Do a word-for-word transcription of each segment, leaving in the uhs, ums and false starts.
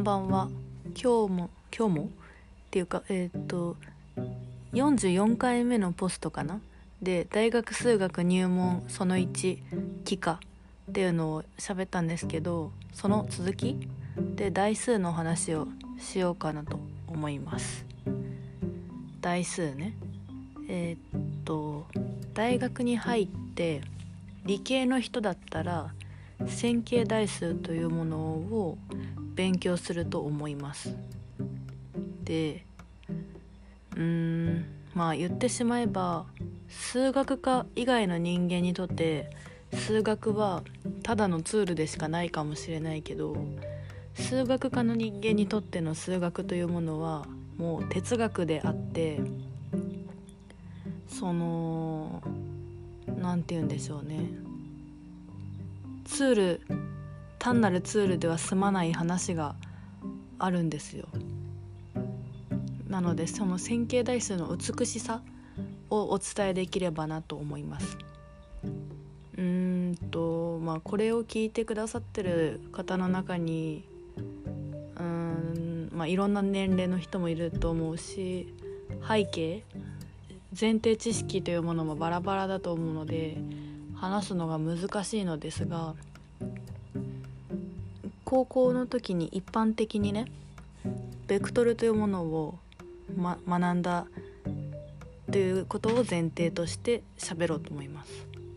んばんは。今日も今日もっていうかえっ、とよんじゅうよんかいめのポストかなで、大学数学入門そのいち帰化っていうのを喋ったんですけど、その続きで代数の話をしようかなと思います。代数ね。えっ、と大学に入って理系の人だったら線形代数というものを勉強すると思います。でうーんまあ言ってしまえば数学科以外の人間にとって数学はただのツールでしかないかもしれないけど、数学科の人間にとっての数学というものはもう哲学であって、そのなんて言うんでしょうね、ツール単なるツールでは済まない話があるんですよ。なのでその線形代数の美しさをお伝えできればなと思います。うーんとまあこれを聞いてくださってる方の中にうーんまあいろんな年齢の人もいると思うし、背景前提知識というものもバラバラだと思うので話すのが難しいのですが、高校の時に一般的にねベクトルというものを、ま、学んだということを前提として喋ろうと思います。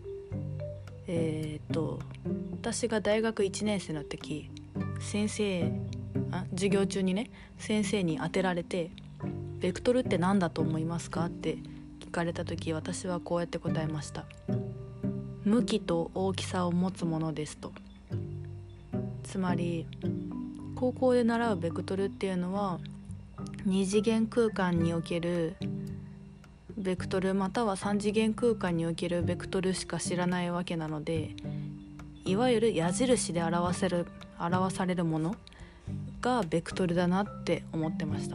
えー、っと私が大学いちねん生の時、先生あ授業中にね先生に当てられて、ベクトルって何だと思いますかって聞かれた時、私はこうやって答えました。向きと大きさを持つものですと。つまり高校で習うベクトルっていうのはに次元空間におけるベクトルまたはさん次元空間におけるベクトルしか知らないわけなので、いわゆる矢印で表せる表されるものがベクトルだなって思ってました。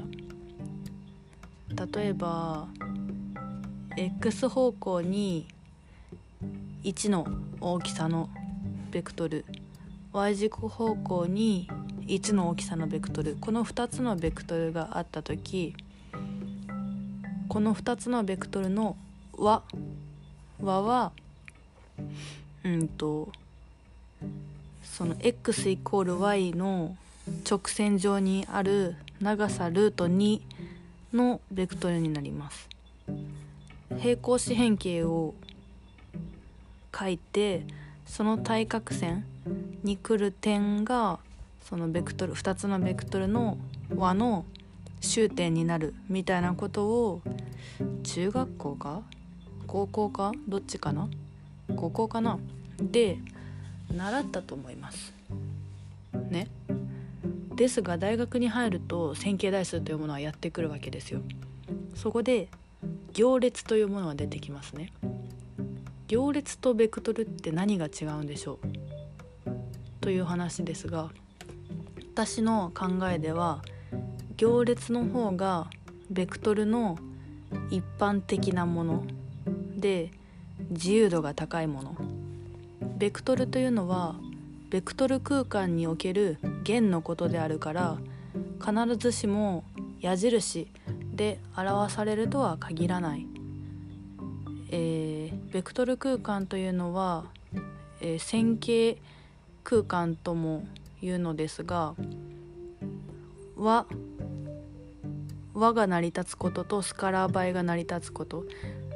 例えば X 方向にいちの大きさのベクトル、 Y 軸方向にいちの大きさのベクトル、このふたつのベクトルがあったとき、このふたつのベクトルの和和はうんとその X イコール Y の直線上にある長さルートにのベクトルになります。平行四辺形を書いて、その対角線に来る点がそのベクトルふたつのベクトルの和の終点になるみたいなことを中学校か高校かどっちかな高校かなで習ったと思いますね。ですが大学に入ると線形代数というものはやってくるわけですよ。そこで行列というものが出てきますね。行列とベクトルって何が違うんでしょうという話ですが、私の考えでは行列の方がベクトルの一般的なもので自由度が高いもの。ベクトルというのはベクトル空間における弦のことであるから、必ずしも矢印で表されるとは限らない。えー、ベクトル空間というのは、えー、線形空間とも言うのですが、和和が成り立つこととスカラー倍が成り立つこと、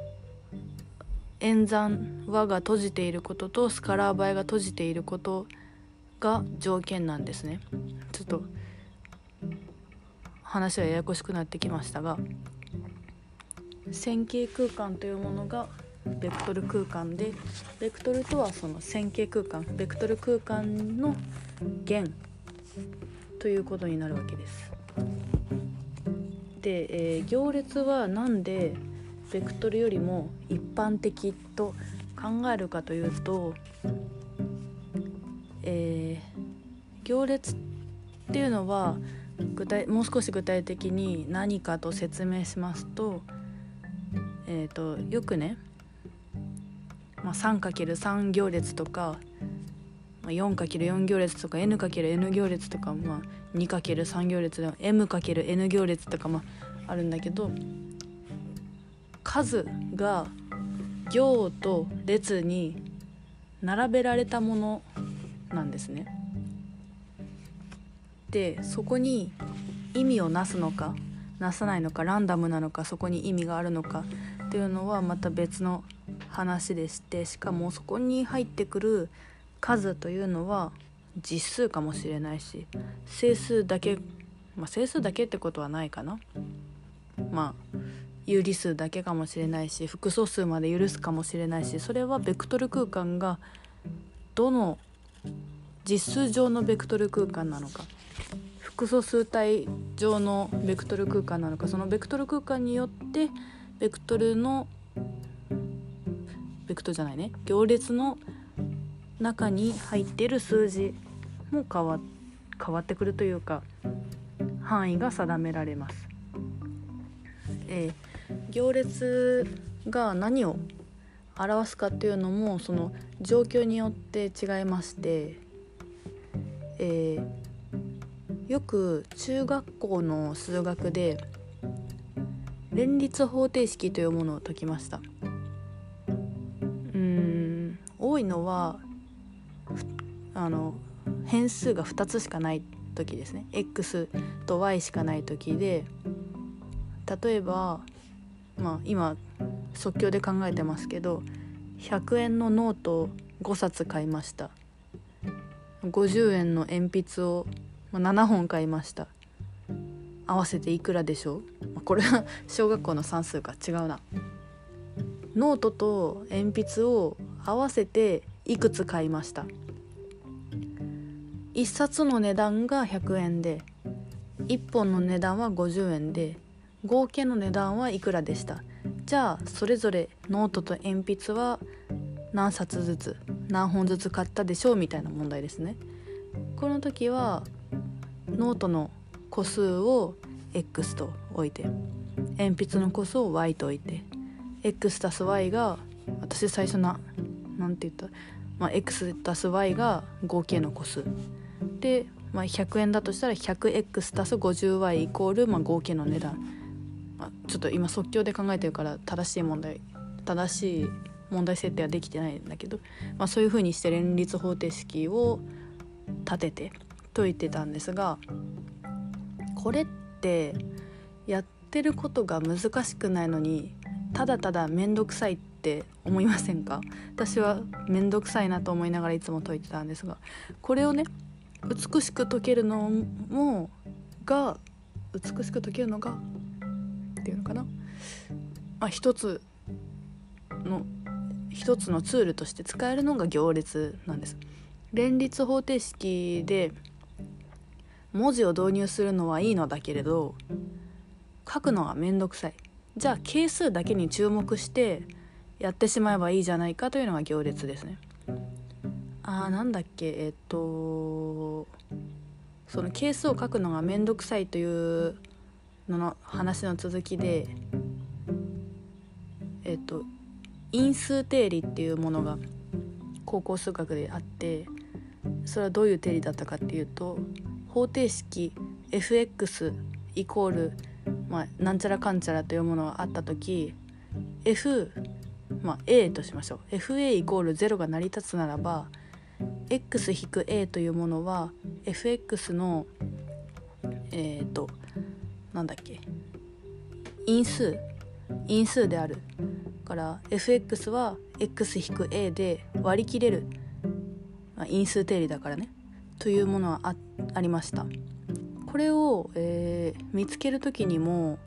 演算和が閉じていることとスカラー倍が閉じていることが条件なんですね。ちょっと話はややこしくなってきましたが、線形空間というものがベクトル空間で、ベクトルとはその線形空間ベクトル空間の弦ということになるわけです。で、えー、行列はなんでベクトルよりも一般的と考えるかというと、えー、行列っていうのは具体もう少し具体的に何かと説明しますと、えーと、よくね、まあ、さんかけるさん 行列とかよんかけるよん 行列とか エヌかけるエヌ 行列とか、まあ、にかけるさん 行列で エムかけるエヌ 行列とか、まあ、あるんだけど、数が行と列に並べられたものなんですね。でそこに意味をなすのかなさないのか、ランダムなのか、そこに意味があるのかっていうのはまた別の話でして、しかもそこに入ってくる数というのは実数かもしれないし、整数だけ、まあ、整数だけってことはないかな、まあ有理数だけかもしれないし、複素数まで許すかもしれないし、それはベクトル空間がどの実数上のベクトル空間なのか、複素数体上のベクトル空間なのか、そのベクトル空間によってベクトルのベクトルじゃないね行列の中に入っている数字も変わ、変わってくるというか、範囲が定められます。えー行列が何を表すかっていうのもその状況によって違いまして、えー、よく中学校の数学で連立方程式というものを解きました。うーん多いのはあの変数がふたつしかない時ですね。 X と Y しかない時で、例えばまあ、今即興で考えてますけど、ひゃくえんのノートごさつ買いました。ごじゅうえんの鉛筆をななほん買いました。合わせていくらでしょう。これは小学校の算数か、違うな。ノートと鉛筆を合わせていくつ買いました。いっさつの値段がひゃくえんで、いっぽんの値段はごじゅうえんで、合計の値段はいくらでした。じゃあそれぞれノートと鉛筆は何冊ずつ何本ずつ買ったでしょうみたいな問題ですね。この時はノートの個数を X と置いて、鉛筆の個数を Y と置いて、 X たす Y が、私最初ななんて言った、まあ、X たす Y が合計の個数で、まあ、ひゃくえんだとしたら ひゃくエックス たす ごじゅうワイ イコール、まあ、合計の値段、まあ、ちょっと今即興で考えてるから正しい問題正しい問題設定はできてないんだけど、まあ、そういう風にして連立方程式を立てて解いてたんですが、これってやってることが難しくないのにただただめんどくさいって思いませんか？私はめんどくさいなと思いながらいつも解いてたんですが、これをね美しく解けるのもが美しく解けるのがっていうのかな、まあ、一つの一つのツールとして使えるのが行列なんです。連立方程式で文字を導入するのはいいのだけれど書くのはめんどくさい。じゃあ係数だけに注目してやってしまえばいいじゃないかというのが行列ですね。あーなんだっけえっとその係数を書くのがめんどくさいというのの話の続きで、えっと因数定理っていうものが高校数学であって、それはどういう定理だったかっていうと、方程式 エフエックス イコール、まあ、なんちゃらかんちゃらというものがあったとき F、まあ、A としましょう。 エフエー イコールゼロが成り立つならば X-A というものは エフエックス のえっとなんだっけ因数因数であるから エフエックス は X-A で割り切れる、まあ、因数定理だからねというものは あ, ありました。これを、えー、見つけるときにも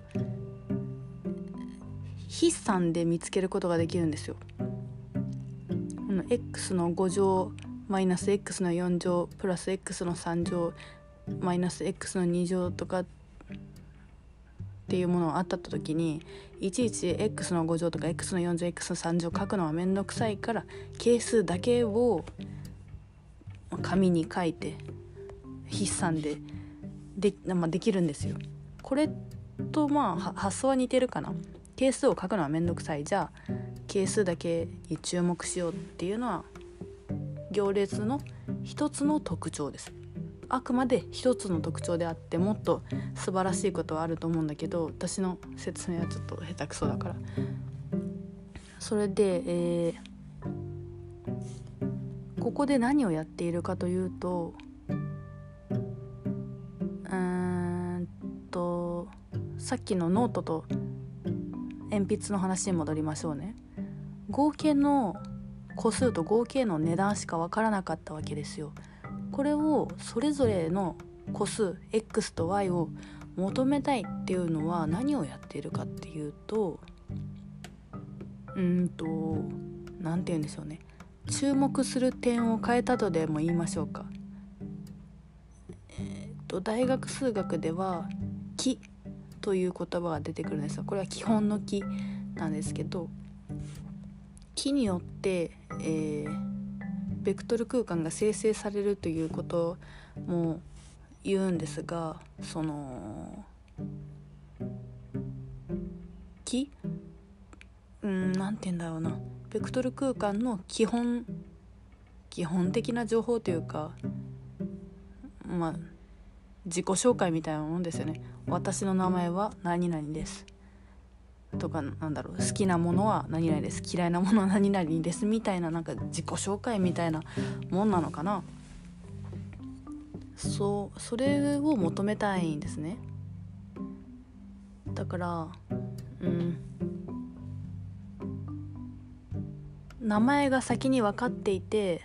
筆算で見つけることができるんですよ。この X のご乗マイナス X のよん乗プラス X のさん乗マイナス X のに乗とかっていうものがあったときにいちいち X のご乗とか X のよん乗 X のさん乗書くのはめんどくさいから係数だけを紙に書いて筆算で で,、まあ、できるんですよ。これとまあ発想は似てるかな。係数を書くのはめんどくさい、じゃあ係数だけに注目しようっていうのは行列の一つの特徴です。あくまで一つの特徴であって、もっと素晴らしいことはあると思うんだけど、私の説明はちょっと下手くそだから。それで、えー、ここで何をやっているかというと、うーんとさっきのノートと鉛筆の話に戻りましょうね。合計の個数と合計の値段しか分からなかったわけですよ。これをそれぞれの個数 X と Y を求めたいっていうのは何をやっているかっていうと、うーんとなんて言うんでしょうね、注目する点を変えたとでも言いましょうか。えー、と大学数学では奇という言葉が出てくるんですよ。これは基本の奇なんですけど、奇によって、えー、ベクトル空間が生成されるということも言うんですが、その奇、うん、なんて言うんだろうな、ベクトル空間の基本基本的な情報というか、まあ自己紹介みたいなもんですよね。私の名前は何々ですとか、なんだろう、好きなものは何々です、嫌いなものは何々ですみたいな、なんか自己紹介みたいなもんなのかな。そうそれを求めたいんですね。だからうん名前が先に分かっていて、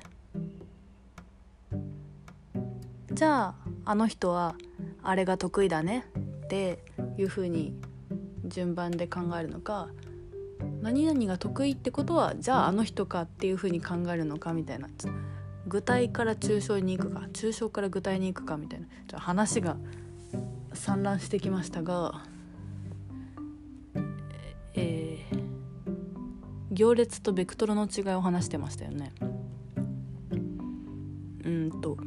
じゃああの人はあれが得意だねっていう風に順番で考えるのか、何々が得意ってことはじゃああの人かっていう風に考えるのかみたいな、具体から抽象に行くか抽象から具体に行くかみたいな、ちょっと話が散乱してきましたが、えー、行列とベクトルの違いを話してましたよね。うんと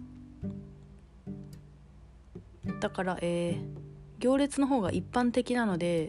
だから、えー、行列の方が一般的なので、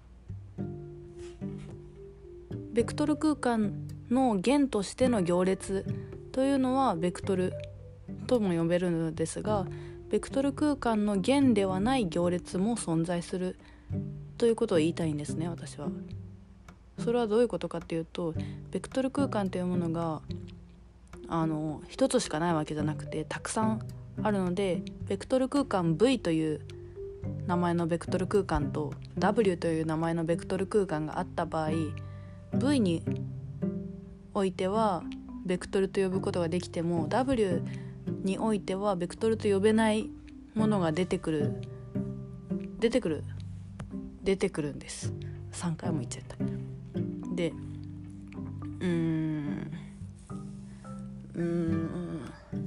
ベクトル空間の弦としての行列というのはベクトルとも呼べるのですが、ベクトル空間の弦ではない行列も存在するということを言いたいんですね、私は。それはどういうことかっていうと、ベクトル空間というものがあの一つしかないわけじゃなくてたくさんあるので、ベクトル空間 V という名前のベクトル空間と W という名前のベクトル空間があった場合、 V においてはベクトルと呼ぶことができても W においてはベクトルと呼べないものが出てくる出てくる出てくるんです。さんかいも言っちゃった。でうーんうーん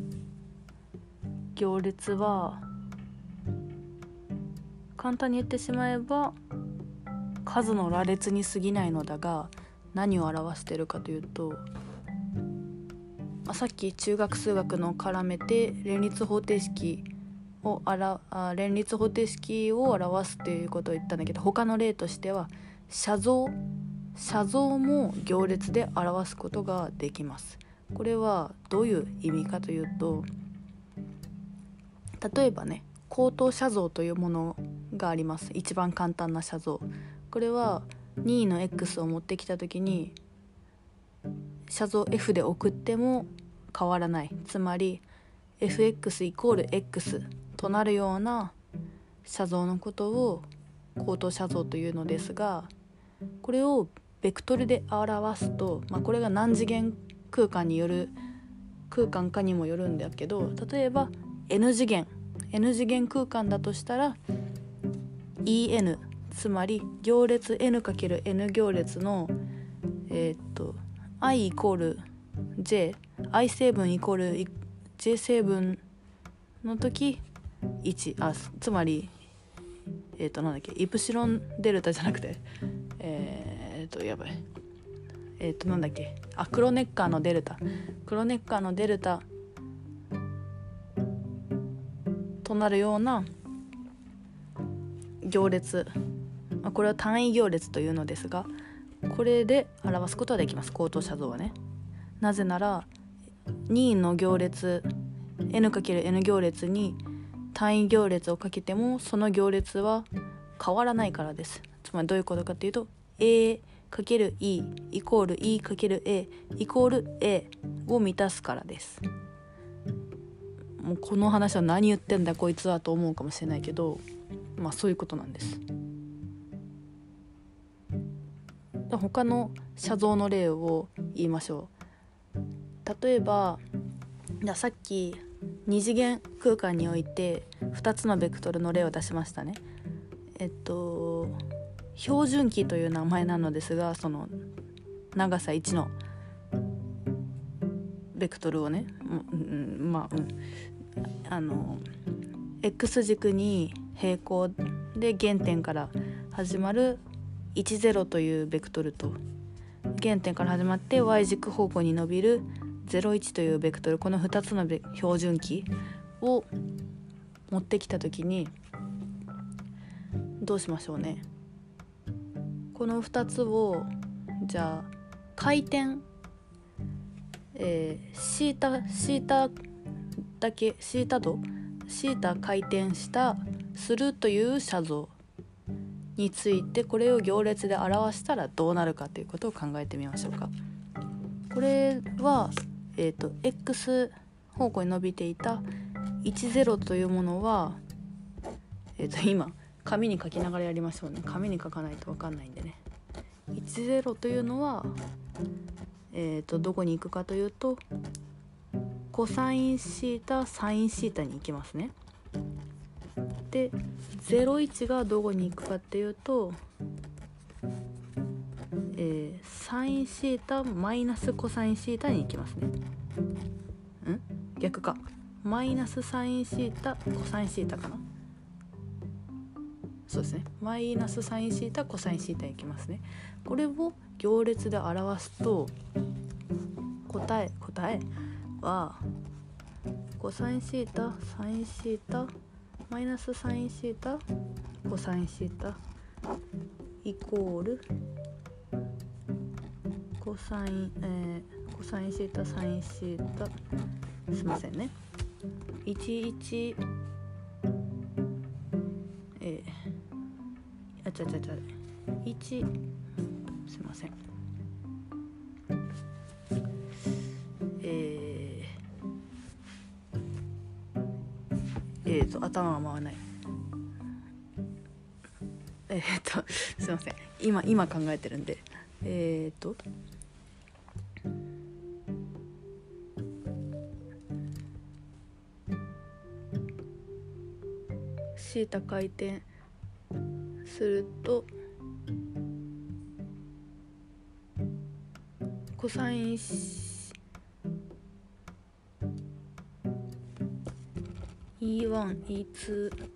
行列は簡単に言ってしまえば数の羅列に過ぎないのだが、何を表しているかというと、まあ、さっき中学数学の絡めて連立方程式をあらあ連立方程式を表すということを言ったんだけど、他の例としては写像写像も行列で表すことができます。これはどういう意味かというと、例えばね、口頭写像というものがあります。一番簡単な写像。これはにの X を持ってきたときに写像 F で送っても変わらない、つまり エフエックス イコール X となるような写像のことを口頭写像というのですが、これをベクトルで表すと、まあ、これが何次元空間による空間かにもよるんだけど、例えば N 次元 N 次元空間だとしたら イーエヌ、 つまり行列 N×N 行列のえー、っと I イコール Jアイセブン イコール ジェイセブン の時いち、あつまりえー、っとなんだっけイプシロンデルタじゃなくてえー、っとやばいえー、っとなんだっけあクロネッカーのデルタクロネッカーのデルタとなるような行列、これは単位行列というのですが、これで表すことはできます。口頭写像はね。なぜならにの行列 エヌかけるエヌ 行列に単位行列をかけてもその行列は変わらないからです。つまりどういうことかというと A かける E イコール E かける A イコール A を満たすからです。もうこの話は何言ってんだこいつはと思うかもしれないけど、まあそういうことなんです。他の写像の例を言いましょう。例えばじゃあさっき二次元空間においてふたつのベクトルの例を出しましたね。えっと標準器という名前なのですが、その長さいちのベクトルをね、うん、まあ、うん、あの X 軸に平行で原点から始まるいちゼロというベクトルと原点から始まって Y 軸方向に伸びるゼロいちというベクトル、このふたつの標準器を持ってきたときにどうしましょうね。このふたつをじゃあ回転、えー、シータシータだけシータ度シータ回転したするという写像について、これを行列で表したらどうなるかということを考えてみましょうか。これは、えーと、X 方向に伸びていたいちゼロというものは、えーと、今紙に書きながらやりましょうね。紙に書かないと分かんないんでね。いちゼロというのは、えーと、どこに行くかというとコサインシータサインシータに行きますね。でゼロいちがどこに行くかっていうと、えー、サインシータマイナスコサインシータに行きますね。ん逆か。マイナスサインシータコサインシータかな。そうですね。マイナスサインシータコサインシータに行きますね。これを行列で表すと答え答えはコサインシータサインシータマイナスサインシータコサインシータイコールコサイン、えー、コサインシータサインシータすいませんねいちいちえー、あちゃちゃちゃいちすいませんえー、えーと頭が回らないえーとすいません今今考えてるんでえーとシータ回転するとコサインイーワン、イーツー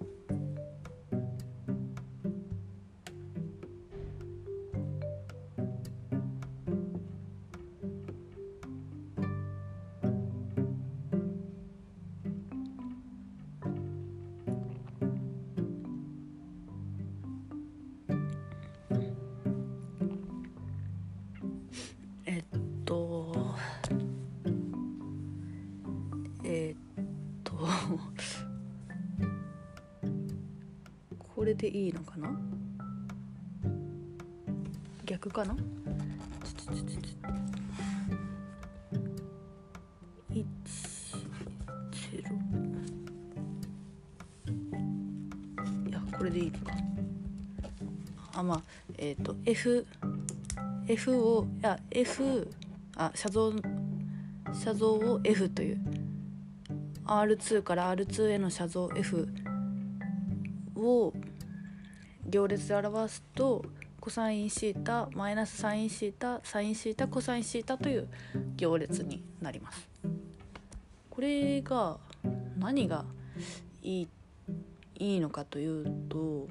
えっとえっとこれでいいのかな逆かなちょちょちょちょいちゼロいやこれでいいのかあまあえっ、ー、と F F をいや F あ写像写像を F という アールツー から アールツー への写像 F を行列で表すとコサインシータマイナスサインシータサインシータコサインシータという行列になります。これが何がいい、いいのかというと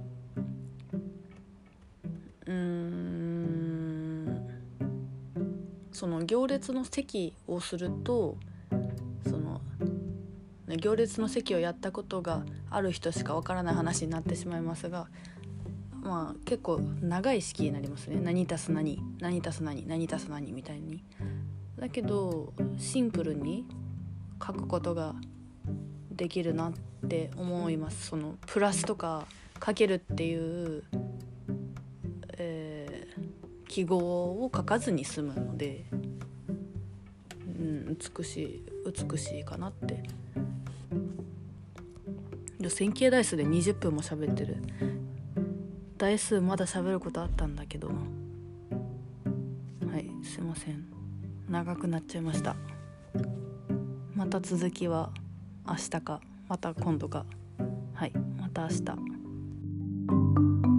うーんその行列の積をするとその行列の積をやったことがある人しかわからない話になってしまいますが、まあ結構長い式になりますね。何足す何何足す何何足す何みたいにだけどシンプルに書くことができるなって思います。そのプラスとかかけるっていう、えー、記号を書かずに済むので、うん、美しい美しいかなって。線形代数でにじゅっぷんも喋ってる。代数まだ喋ることあったんだけど、はい、すいません、長くなっちゃいました。また続きは明日かまた今度か、はい、また明日。